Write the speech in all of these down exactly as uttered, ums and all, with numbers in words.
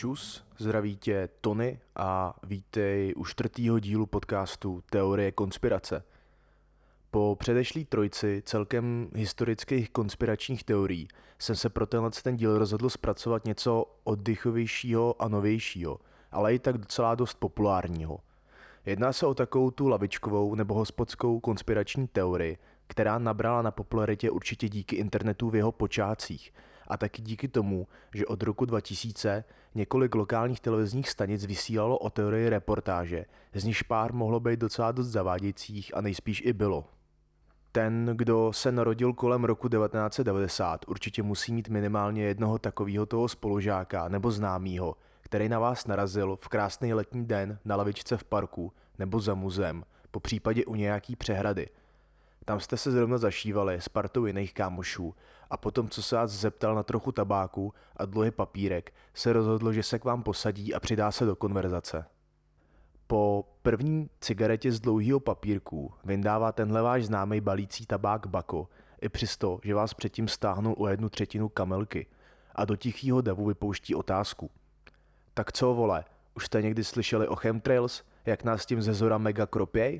Čus, zdraví tě Tony a vítej u čtvrtýho dílu podcastu Teorie konspirace. Po předešlý trojci celkem historických konspiračních teorií jsem se pro tenhle ten díl rozhodl zpracovat něco oddychovějšího a novějšího, ale i tak docela dost populárního. Jedná se o takovou tu lavičkovou nebo hospodskou konspirační teorii, která nabrala na popularitě určitě díky internetu v jeho počátcích a taky díky tomu, že od roku dva tisíce několik lokálních televizních stanic vysílalo o teorii reportáže, z nichž pár mohlo být docela dost zavádějících a nejspíš i bylo. Ten, kdo se narodil kolem roku devatenáct set devadesát, určitě musí mít minimálně jednoho takového toho spolužáka nebo známýho, který na vás narazil v krásný letní den na lavičce v parku nebo za muzeem, po případě u nějaký přehrady. Tam jste se zrovna zašívali s partou jiných kámošů a potom, co se vás zeptal na trochu tabáku a dluhy papírek, se rozhodl, že se k vám posadí a přidá se do konverzace. Po první cigaretě z dlouhýho papírku vyndává tenhle váš známý balící tabák Bako, i přesto, že vás předtím stáhnul o jednu třetinu kamelky a do tichýho davu vypouští otázku. Tak co, vole, už jste někdy slyšeli o chemtrails, jak nás tím ze zora mega kropěj?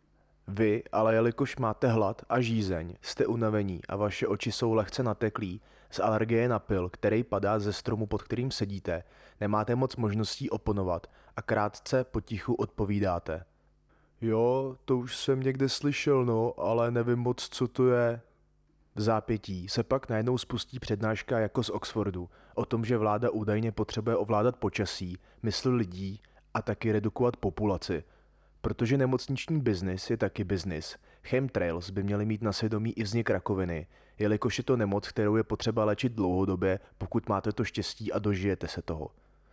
Vy, ale jelikož máte hlad a žízeň, jste unavení a vaše oči jsou lehce nateklí z alergie na pil, který padá ze stromu, pod kterým sedíte, nemáte moc možností oponovat a krátce potichu odpovídáte. Jo, to už jsem někde slyšel, no, ale nevím moc, co to je. V zápětí se pak najednou spustí přednáška jako z Oxfordu o tom, že vláda údajně potřebuje ovládat počasí, mysl lidí a taky redukovat populaci. Protože nemocniční biznis je taky biznis, chemtrails by měly mít na svědomí i vznik rakoviny, jelikož je to nemoc, kterou je potřeba léčit dlouhodobě, pokud máte to štěstí a dožijete se toho.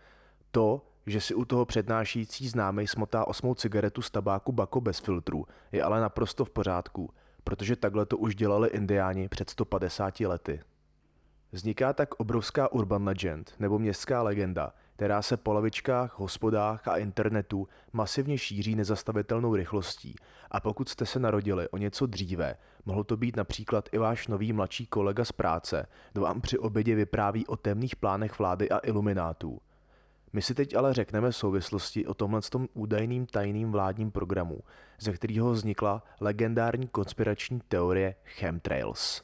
To, že si u toho přednášející známej smotá osmou cigaretu z tabáku Bako bez filtru, je ale naprosto v pořádku, protože takhle to už dělali indiáni před sto padesáti lety. Vzniká tak obrovská urban legend nebo městská legenda, která se po lavičkách, hospodách a internetu masivně šíří nezastavitelnou rychlostí a pokud jste se narodili o něco dříve, mohl to být například i váš nový mladší kolega z práce, kdo vám při obědě vypráví o temných plánech vlády a iluminátů. My si teď ale řekneme souvislosti o tomhletom údajným tajným vládním programu, ze kterého vznikla legendární konspirační teorie chemtrails.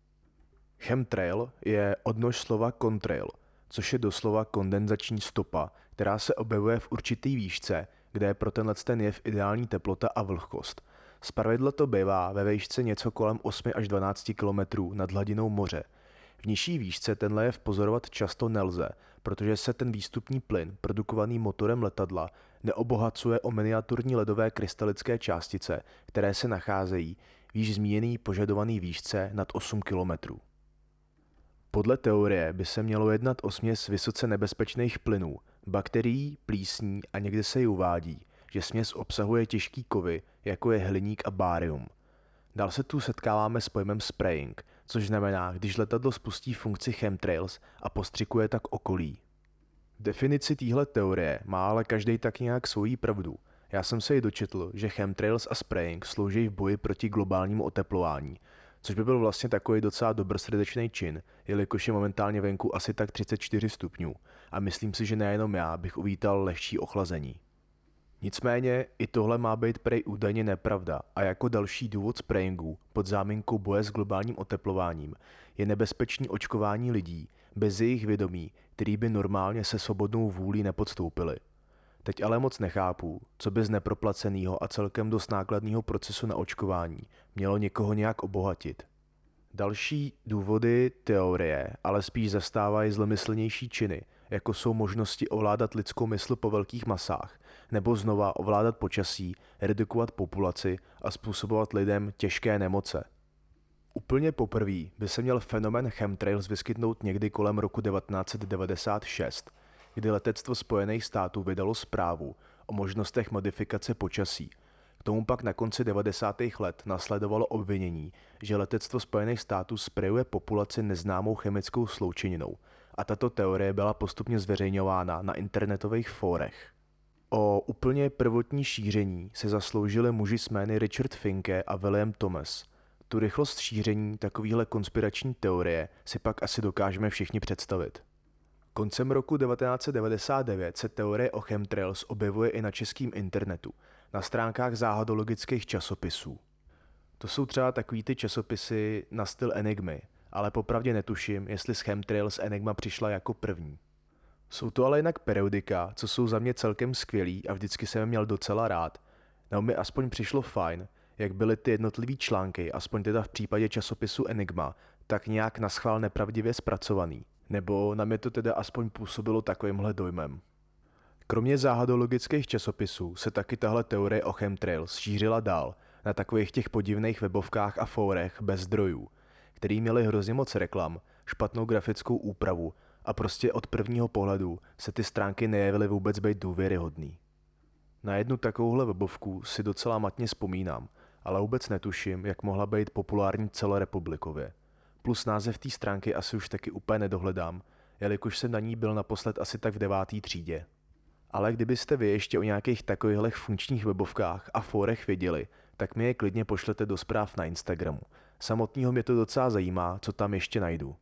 Chemtrail je odnož slova contrail, což je doslova kondenzační stopa, která se objevuje v určitý výšce, kde je pro tenhle ten jev ideální teplota a vlhkost. Zpravidla to bývá ve výšce něco kolem osm až dvanáct kilometrů nad hladinou moře. V nižší výšce tenhle jev pozorovat často nelze, protože se ten výstupní plyn, produkovaný motorem letadla, neobohacuje o miniaturní ledové krystalické částice, které se nacházejí v již zmíněný požadovaný výšce nad osm kilometrů. Podle teorie by se mělo jednat o směs vysoce nebezpečných plynů, bakterií, plísní a někde se i uvádí, že směs obsahuje těžký kovy, jako je hliník a bárium. Dál se tu setkáváme s pojmem spraying, což znamená, když letadlo spustí funkci chemtrails a postřikuje tak okolí. V definici téhle teorie má ale každej tak nějak svoji pravdu. Já jsem se ji dočetl, že chemtrails a spraying slouží v boji proti globálnímu oteplování, což by byl vlastně takový docela dobrsrdečný čin, jelikož je momentálně venku asi tak třicet čtyři stupňů a myslím si, že nejenom já bych uvítal lehčí ochlazení. Nicméně i tohle má být prej údajně nepravda a jako další důvod sprayingu pod záminkou boje s globálním oteplováním je nebezpečný očkování lidí bez jejich vědomí, který by normálně se svobodnou vůlí nepodstoupili. Teď ale moc nechápu, co by z neproplaceného a celkem dost nákladného procesu na očkování mělo někoho nějak obohatit. Další důvody teorie ale spíš zastávají zlomyslnější činy, jako jsou možnosti ovládat lidskou mysl po velkých masách, nebo znova ovládat počasí, redukovat populaci a způsobovat lidem těžké nemoce. Úplně poprvé by se měl fenomén chemtrails vyskytnout někdy kolem roku devatenáct set devadesát šest, kdy letectvo Spojených států vydalo zprávu o možnostech modifikace počasí. K tomu pak na konci devadesátých let následovalo obvinění, že letectvo Spojených států sprejuje populaci neznámou chemickou sloučeninou a tato teorie byla postupně zveřejňována na internetových fórech. O úplně prvotní šíření se zasloužili muži s jmény Richard Finke a William Thomas. Tu rychlost šíření takovéhle konspirační teorie si pak asi dokážeme všichni představit. Koncem roku devatenáct set devadesát devět se teorie o chemtrails objevuje i na českém internetu, na stránkách záhadologických časopisů. To jsou třeba takový ty časopisy na styl Enigmy, ale popravdě netuším, jestli s chemtrails Enigma přišla jako první. Jsou to ale jinak periodika, co jsou za mě celkem skvělý a vždycky jsem je měl docela rád. Nebo mi aspoň přišlo fajn, jak byly ty jednotlivý články, aspoň teda v případě časopisu Enigma, tak nějak naschvál nepravdivě zpracovaný. Nebo na mě to teda aspoň působilo takovýmhle dojmem. Kromě záhadologických časopisů se taky tahle teorie o chemtrails šířila dál na takových těch podivných webovkách a fórech bez zdrojů, který měli hrozně moc reklam, špatnou grafickou úpravu a prostě od prvního pohledu se ty stránky nejevily vůbec být důvěryhodný. Na jednu takovouhle webovku si docela matně vzpomínám, ale vůbec netuším, jak mohla být populární celorepublikově. Plus název té stránky asi už taky úplně nedohledám, jelikož jsem na ní byl naposled asi tak v devátý třídě. Ale kdybyste vy ještě o nějakých takovýchhle funkčních webovkách a fórech věděli, tak mi je klidně pošlete do zpráv na Instagramu. Samotného mě to docela zajímá, co tam ještě najdu.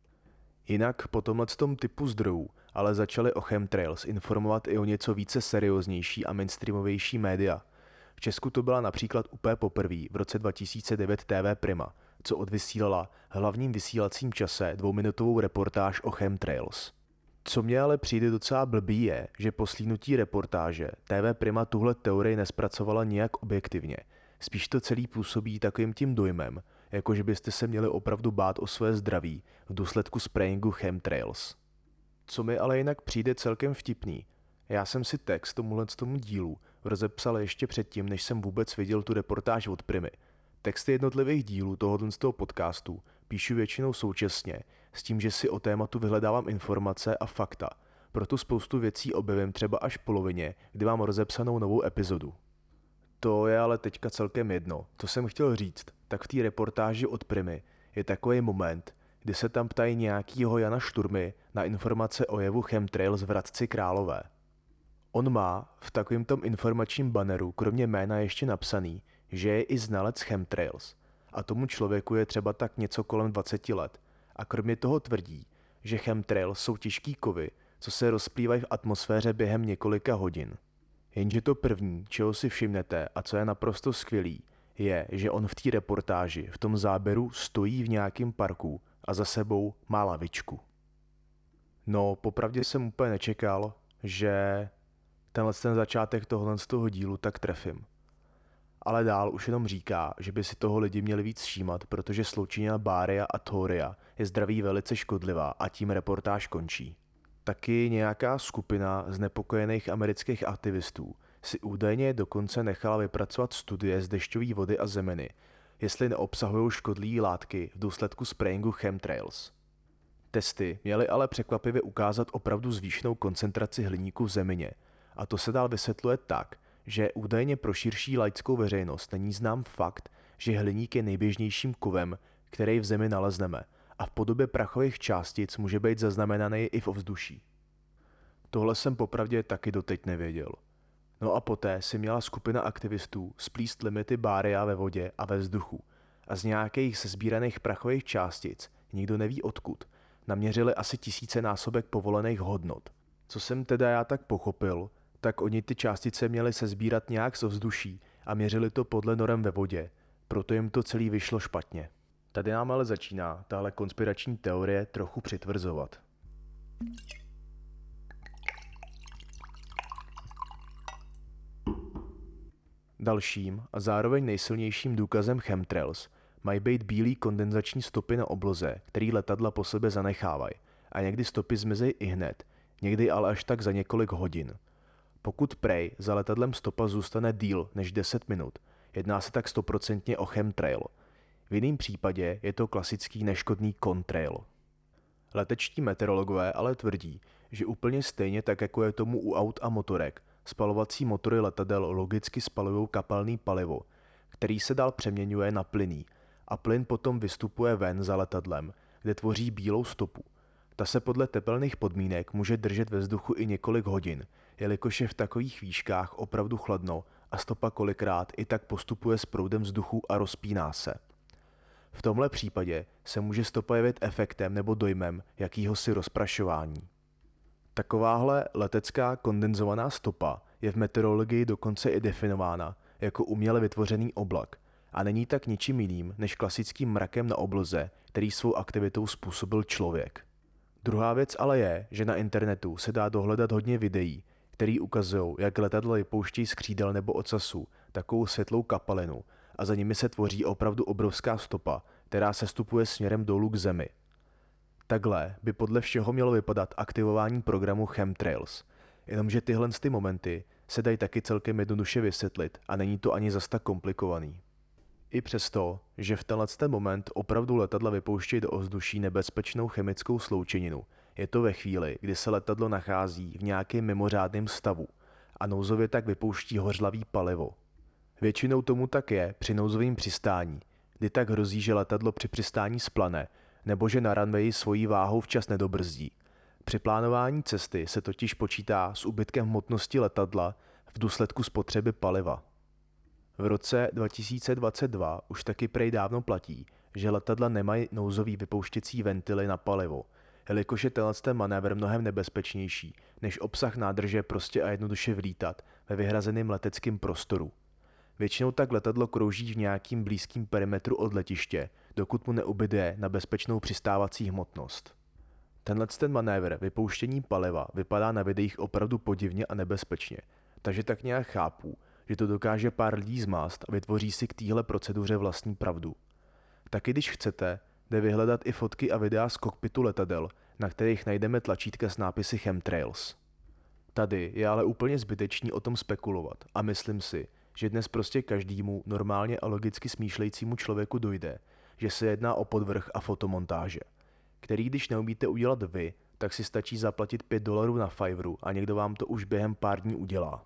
Jinak po tomhletom typu zdrojů ale začaly o chemtrails informovat i o něco více serióznější a mainstreamovější média. V Česku to byla například úplně poprvé v roce dva tisíce devět T V Prima, co odvysílala v hlavním vysílacím čase dvouminutovou reportáž o chemtrails. Co mě ale přijde docela blbý je, že po slídnutí reportáže T V Prima tuhle teorii nespracovala nijak objektivně. Spíš to celý působí takovým tím dojmem, jako že byste se měli opravdu bát o své zdraví v důsledku sprayingu chemtrails. Co mi ale jinak přijde celkem vtipný, já jsem si text tomuhle tomu dílu rozepsal ještě předtím, než jsem vůbec viděl tu reportáž od Primy. Texty jednotlivých dílů tohoto z toho podcastu píšu většinou současně, s tím, že si o tématu vyhledávám informace a fakta. Proto spoustu věcí objevím třeba až v polovině, kdy mám rozepsanou novou epizodu. To je ale teďka celkem jedno. To jsem chtěl říct, tak v té reportáži od Primy je takový moment, kdy se tam ptají nějakýho Jana Šturmy na informace o jevu chemtrails v Hradci Králové. On má v takovém tom informačním banneru kromě jména ještě napsaný, že je i znalec chemtrails a tomu člověku je třeba tak něco kolem dvacet let a kromě toho tvrdí, že chemtrails jsou těžký kovy, co se rozplývají v atmosféře během několika hodin. Jenže to první, čeho si všimnete a co je naprosto skvělý, je, že on v té reportáži v tom záběru stojí v nějakém parku a za sebou má lavičku. No, popravdě jsem úplně nečekal, že tenhle ten začátek tohohle z toho dílu tak trefím. Ale dál už jenom říká, že by si toho lidi měli víc všímat, protože sloučenina bária a thoria je zdraví velice škodlivá a tím reportáž končí. Taky nějaká skupina znepokojených amerických aktivistů si údajně dokonce nechala vypracovat studie z dešťové vody a zeminy, jestli neobsahují škodlivé látky v důsledku sprayingu chemtrails. Testy měly ale překvapivě ukázat opravdu zvýšenou koncentraci hliníku v zemině a to se dál vysvětluje tak, že údajně pro širší laickou veřejnost není znám fakt, že hliník je nejběžnějším kovem, který v zemi nalezneme a v podobě prachových částic může být zaznamenaný i v ovzduší. Tohle jsem popravdě taky doteď nevěděl. No a poté si měla skupina aktivistů splíst limity bária ve vodě a ve vzduchu a z nějakých sesbíraných prachových částic, nikdo neví odkud, naměřili asi tisícenásobek povolených hodnot. Co jsem teda já tak pochopil, tak oni ty částice měli sesbírat nějak z ovzduší a měřili to podle norem ve vodě, proto jim to celý vyšlo špatně. Tady nám ale začíná tahle konspirační teorie trochu přitvrzovat. Dalším a zároveň nejsilnějším důkazem chemtrails mají být bílý kondenzační stopy na obloze, který letadla po sobě zanechávají a někdy stopy zmizejí ihned, někdy ale až tak za několik hodin. Pokud prej za letadlem stopa zůstane díl než deset minut, jedná se tak stoprocentně o chemtrail. V jiném případě je to klasický neškodný contrail. Letečtí meteorologové ale tvrdí, že úplně stejně tak jako je tomu u aut a motorek, spalovací motory letadel logicky spalují kapalný palivo, který se dál přeměňuje na plynný a plyn potom vystupuje ven za letadlem, kde tvoří bílou stopu. Ta se podle tepelných podmínek může držet ve vzduchu i několik hodin, jelikož je v takových výškách opravdu chladno a stopa kolikrát i tak postupuje s proudem vzduchu a rozpíná se. V tomhle případě se může stopa jevit efektem nebo dojmem jakýhosi rozprašování. Takováhle letecká kondenzovaná stopa je v meteorologii dokonce i definována jako uměle vytvořený oblak a není tak ničím jiným než klasickým mrakem na obloze, který svou aktivitou způsobil člověk. Druhá věc ale je, že na internetu se dá dohledat hodně videí, které ukazují, jak letadla vypouštějí z křídel nebo ocasu takovou světlou kapalinu a za nimi se tvoří opravdu obrovská stopa, která sestupuje směrem dolů k zemi. Takhle by podle všeho mělo vypadat aktivování programu Chemtrails, jenomže tyhle ty momenty se dají taky celkem jednoduše vysvětlit a není to ani zas tak komplikovaný. I přesto, že v tenhle ten moment opravdu letadla vypouštějí do ovzduší nebezpečnou chemickou sloučeninu, je to ve chvíli, kdy se letadlo nachází v nějakém mimořádném stavu a nouzově tak vypouští hořlavý palivo. Většinou tomu tak je při nouzovém přistání, kdy tak hrozí, že letadlo při přistání splane nebo že na runwayi svojí váhou včas nedobrzdí. Při plánování cesty se totiž počítá s úbytkem hmotnosti letadla v důsledku spotřeby paliva. V roce dva tisíce dvacet dva už taky prej dávno platí, že letadla nemají nouzový vypouštěcí ventily na palivo, jelikož je tenhle ten manévr mnohem nebezpečnější, než obsah nádrže prostě a jednoduše vlítat ve vyhrazeném leteckém prostoru. Většinou tak letadlo krouží v nějakým blízkým perimetru od letiště, dokud mu neubyde na bezpečnou přistávací hmotnost. Tenhle ten manévr vypouštění paliva vypadá na videích opravdu podivně a nebezpečně, takže tak nějak chápu, že to dokáže pár lidí zmást a vytvoří si k téhle proceduře vlastní pravdu. Taky když chcete, jde vyhledat i fotky a videa z kokpitu letadel, na kterých najdeme tlačítka s nápisy Chemtrails. Tady je ale úplně zbytečný o tom spekulovat a myslím si, že dnes prostě každému normálně a logicky smýšlejícímu člověku dojde, že se jedná o podvrh a fotomontáže, který když neumíte udělat vy, tak si stačí zaplatit pět dolarů na Fiverru a někdo vám to už během pár dní udělá.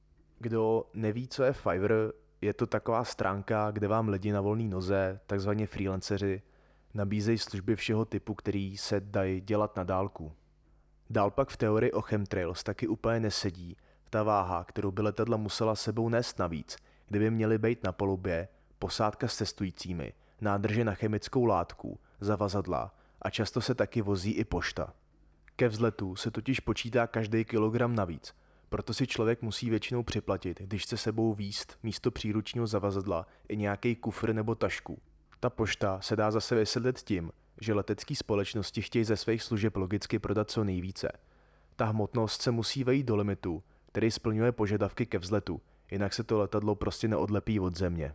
Kdo neví, co je Fiverr, je to taková stránka, kde vám lidi na volné noze, takzvaně freelanceři, nabízejí služby všeho typu, který se dají dělat na dálku. Dál pak v teorii o chemtrails taky úplně nesedí ta váha, kterou by letadla musela sebou nést navíc, kdyby měly být na palubě posádka s cestujícími, nádrže na chemickou látku, zavazadla a často se taky vozí i pošta. Ke vzletu se totiž počítá každý kilogram navíc, proto si člověk musí většinou připlatit, když chce sebou vízt místo příručního zavazadla i nějaký kufr nebo tašku. Ta pošta se dá zase vysvětlit tím, že letecké společnosti chtějí ze svých služeb logicky prodat co nejvíce. Ta hmotnost se musí vejít do limitu, který splňuje požadavky ke vzletu, jinak se to letadlo prostě neodlepí od země.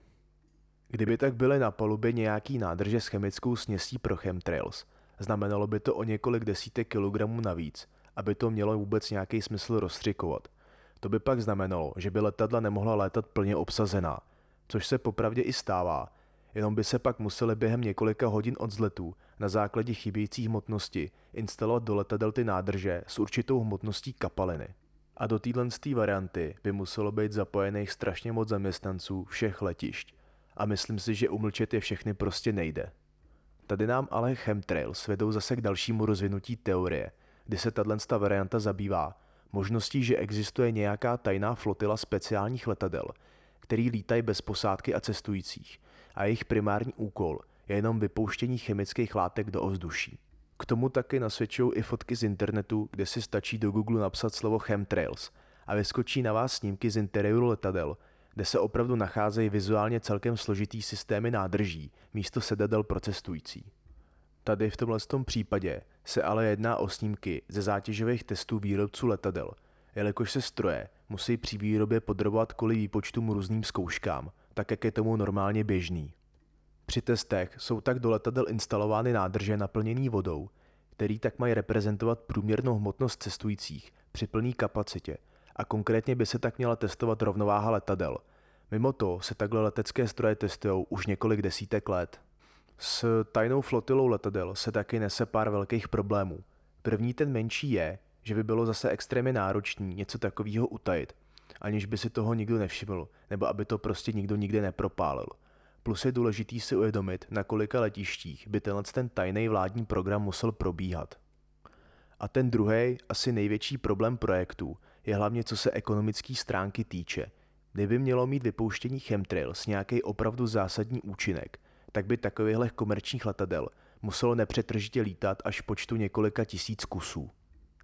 Kdyby tak byly na palubě nějaký nádrže s chemickou směsí pro chemtrails, znamenalo by to o několik desítek kilogramů navíc, aby to mělo vůbec nějaký smysl rozstřikovat. To by pak znamenalo, že by letadla nemohla létat plně obsazená, což se popravdě i stává, jenom by se pak museli během několika hodin od vzletu na základě chybějící hmotnosti instalovat do letadel ty nádrže s určitou hmotností kapaliny. A do téhle varianty by muselo být zapojených strašně moc zaměstnanců všech letišť. A myslím si, že umlčet je všechny prostě nejde. Tady nám ale chemtrails vedou zase k dalšímu rozvinutí teorie, kdy se tato varianta zabývá možností, že existuje nějaká tajná flotila speciálních letadel, který lítají bez posádky a cestujících a jejich primární úkol je jenom vypouštění chemických látek do ovzduší. K tomu taky nasvědčují i fotky z internetu, kde si stačí do Google napsat slovo chemtrails a vyskočí na vás snímky z interiéru letadel, kde se opravdu nacházejí vizuálně celkem složitý systémy nádrží místo sedadel pro cestující. Tady v tomhle případě se ale jedná o snímky ze zátěžových testů výrobců letadel, jelikož se stroje musí při výrobě podrobovat kvůli výpočtům různým zkouškám, tak jak je tomu normálně běžný. Při testech jsou tak do letadel instalovány nádrže naplněné vodou, který tak mají reprezentovat průměrnou hmotnost cestujících při plné kapacitě a konkrétně by se tak měla testovat rovnováha letadel. Mimo to se takhle letecké stroje testují už několik desítek let. S tajnou flotilou letadel se taky nese pár velkých problémů. První ten menší je, že by bylo zase extrémně náročné něco takového utajit, aniž by si toho nikdo nevšiml, nebo aby to prostě nikdo nikde nepropálil. Plus je důležitý si uvědomit, na kolika letištích by tenhle ten tajný vládní program musel probíhat. A ten druhý, asi největší problém projektu, je hlavně co se ekonomické stránky týče. Kdyby mělo mít vypouštění chemtrails nějaký opravdu zásadní účinek, tak by takovýchhle komerčních letadel muselo nepřetržitě lítat až v počtu několika tisíc kusů.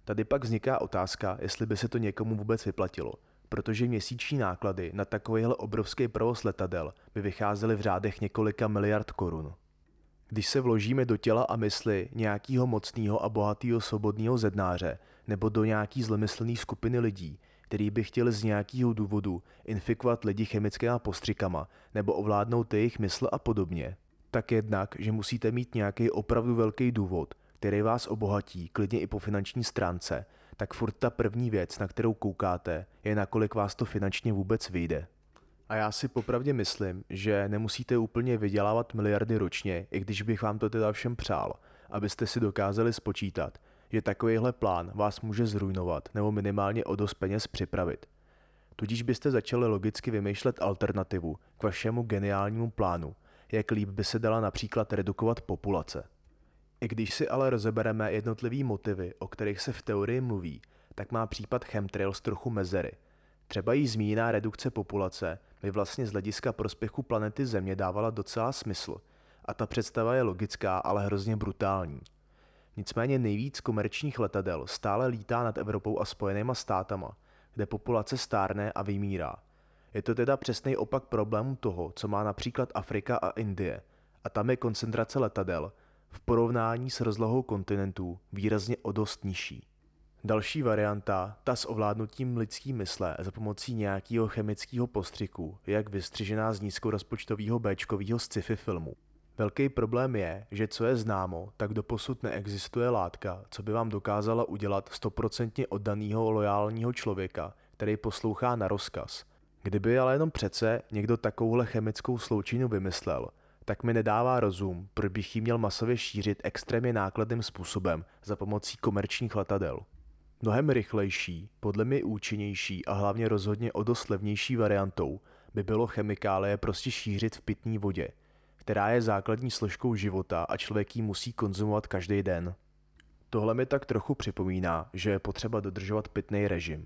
Tady pak vzniká otázka, jestli by se to někomu vůbec vyplatilo, protože měsíční náklady na takovýhle obrovský provoz letadel by vycházely v řádech několika miliard korun. Když se vložíme do těla a mysli nějakého mocného a bohatého svobodného zednáře nebo do nějaký zlomyslný skupiny lidí, který by chtěli z nějakého důvodu infikovat lidi chemickými postřikama nebo ovládnout jejich mysl a podobně, tak jednak, že musíte mít nějaký opravdu velký důvod, který vás obohatí, klidně i po finanční stránce, tak furt ta první věc, na kterou koukáte, je nakolik vás to finančně vůbec vyjde. A já si popravdě myslím, že nemusíte úplně vydělávat miliardy ročně, i když bych vám to teda všem přál, abyste si dokázali spočítat, že takovýhle plán vás může zrujnovat nebo minimálně o dost peněz připravit. Tudíž byste začali logicky vymýšlet alternativu k vašemu geniálnímu plánu, jak líp by se dala například redukovat populace. I když si ale rozebereme jednotlivý motivy, o kterých se v teorii mluví, tak má případ chemtrails trochu mezery. Třeba jí zmíněná redukce populace by vlastně z hlediska prospěchu planety Země dávala docela smysl a ta představa je logická, ale hrozně brutální. Nicméně nejvíc komerčních letadel stále lítá nad Evropou a Spojenýma státama, kde populace stárne a vymírá. Je to teda přesný opak problému toho, co má například Afrika a Indie, a tam je koncentrace letadel v porovnání s rozlohou kontinentů výrazně o dost nižší. Další varianta, ta s ovládnutím lidský mysle za pomocí nějakého chemického postřiku, je jak vystřižená z nízkorozpočtového béčkového sci-fi filmu. Velký problém je, že co je známo, tak doposud neexistuje látka, co by vám dokázala udělat stoprocentně oddanýho lojálního člověka, který poslouchá na rozkaz. Kdyby ale jenom přece někdo takovouhle chemickou sloučinu vymyslel, tak mi nedává rozum, proč bych ji měl masově šířit extrémně nákladným způsobem za pomocí komerčních letadel. Mnohem rychlejší, podle mě účinnější a hlavně rozhodně o dost levnější variantou by bylo chemikálie prostě šířit v pitné vodě, která je základní složkou života a člověk ji musí konzumovat každý den. Tohle mi tak trochu připomíná, že je potřeba dodržovat pitný režim.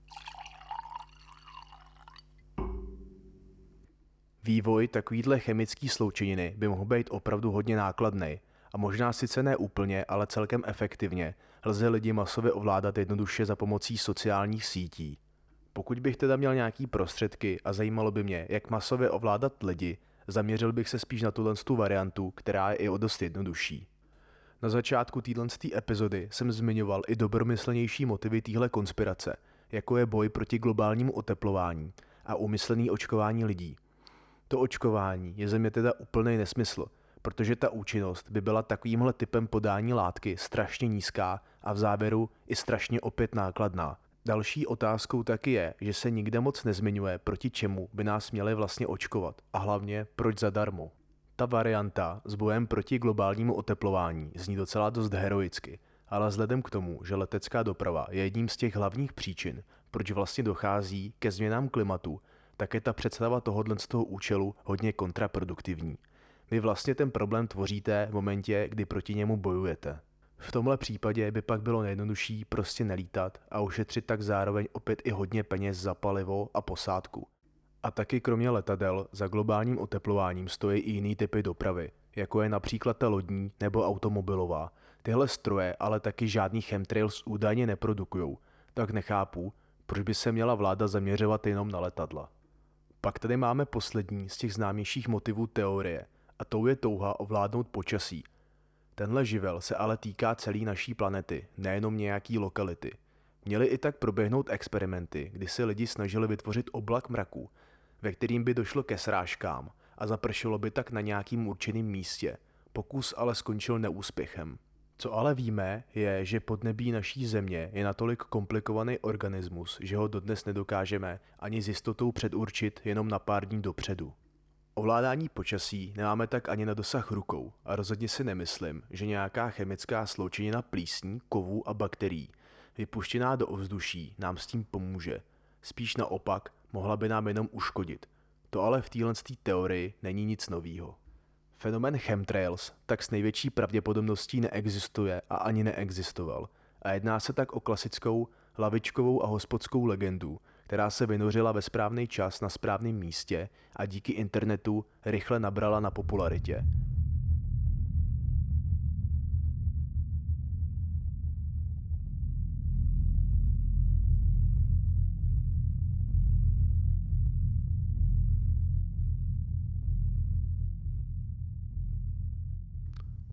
Vývoj takovýhle chemický sloučeniny by mohl být opravdu hodně nákladný a možná sice ne úplně, ale celkem efektivně lze lidi masově ovládat jednoduše za pomocí sociálních sítí. Pokud bych teda měl nějaký prostředky a zajímalo by mě, jak masově ovládat lidi, zaměřil bych se spíš na tuhle variantu, která je i o dost jednodušší. Na začátku téhle epizody jsem zmiňoval i dobromyslnější motivy téhle konspirace, jako je boj proti globálnímu oteplování a úmyslný očkování lidí. To očkování je ze mě teda úplný nesmysl, protože ta účinnost by byla takovýmhle typem podání látky strašně nízká a v závěru i strašně opět nákladná. Další otázkou taky je, že se nikde moc nezmiňuje, proti čemu by nás měli vlastně očkovat a hlavně proč zadarmo. Ta varianta s bojem proti globálnímu oteplování zní docela dost heroicky, ale vzhledem k tomu, že letecká doprava je jedním z těch hlavních příčin, proč vlastně dochází ke změnám klimatu, tak je ta představa tohohle z toho účelu hodně kontraproduktivní. Vy vlastně ten problém tvoříte v momentě, kdy proti němu bojujete. V tomhle případě by pak bylo nejjednodušší prostě nelítat a ušetřit tak zároveň opět i hodně peněz za palivo a posádku. A taky kromě letadel za globálním oteplováním stojí i jiný typy dopravy, jako je například ta lodní nebo automobilová. Tyhle stroje ale taky žádný chemtrails údajně neprodukujou, tak nechápu, proč by se měla vláda zaměřovat jenom na letadla. Pak tady máme poslední z těch známějších motivů teorie, a tou je touha ovládnout počasí. Tenhle živel se ale týká celé naší planety, nejenom nějaký lokality. Měly i tak proběhnout experimenty, kdy se lidi snažili vytvořit oblak mraku, ve kterým by došlo ke srážkám a zapršelo by tak na nějakým určeným místě. Pokus ale skončil neúspěchem. Co ale víme, je, že podnebí naší Země je natolik komplikovaný organismus, že ho dodnes nedokážeme ani s jistotou předurčit jenom na pár dní dopředu. Ovládání počasí nemáme tak ani na dosah rukou a rozhodně si nemyslím, že nějaká chemická sloučenina plísní, kovů a bakterií vypuštěná do ovzduší nám s tím pomůže. Spíš naopak, mohla by nám jenom uškodit. To ale v téhle teorii není nic novýho. Fenomén chemtrails tak s největší pravděpodobností neexistuje a ani neexistoval a jedná se tak o klasickou lavičkovou a hospodskou legendu, která se vynořila ve správný čas na správném místě a díky internetu rychle nabrala na popularitě.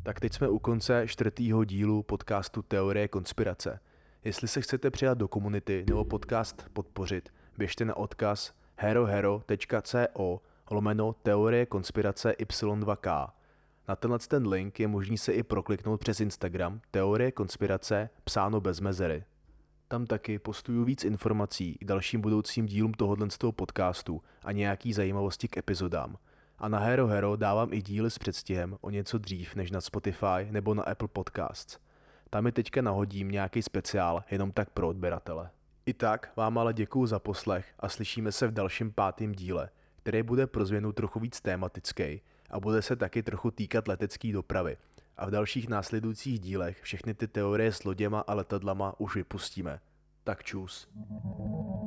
Tak teď jsme u konce čtvrtého dílu podcastu Teorie konspirace. Jestli se chcete přidat do komunity nebo podcast podpořit, běžte na odkaz herohero.co lomeno Teorie konspirace Y dva K. Na tenhle ten link je možný se i prokliknout přes Instagram Teorie konspirace psáno bez mezery. Tam taky postuju víc informací k dalším budoucím dílům tohohle z toho podcastu a nějaký zajímavosti k epizodám. A na Hero Hero dávám i díly s předstihem o něco dřív než na Spotify nebo na Apple Podcasts. Tam mi teďka nahodím nějaký speciál jenom tak pro odběratele. I tak vám ale děkuju za poslech a slyšíme se v dalším pátém díle, který bude pro změnu trochu víc tématický a bude se taky trochu týkat letecké dopravy. A v dalších následujících dílech všechny ty teorie s loděma a letadlama už vypustíme. Tak čus.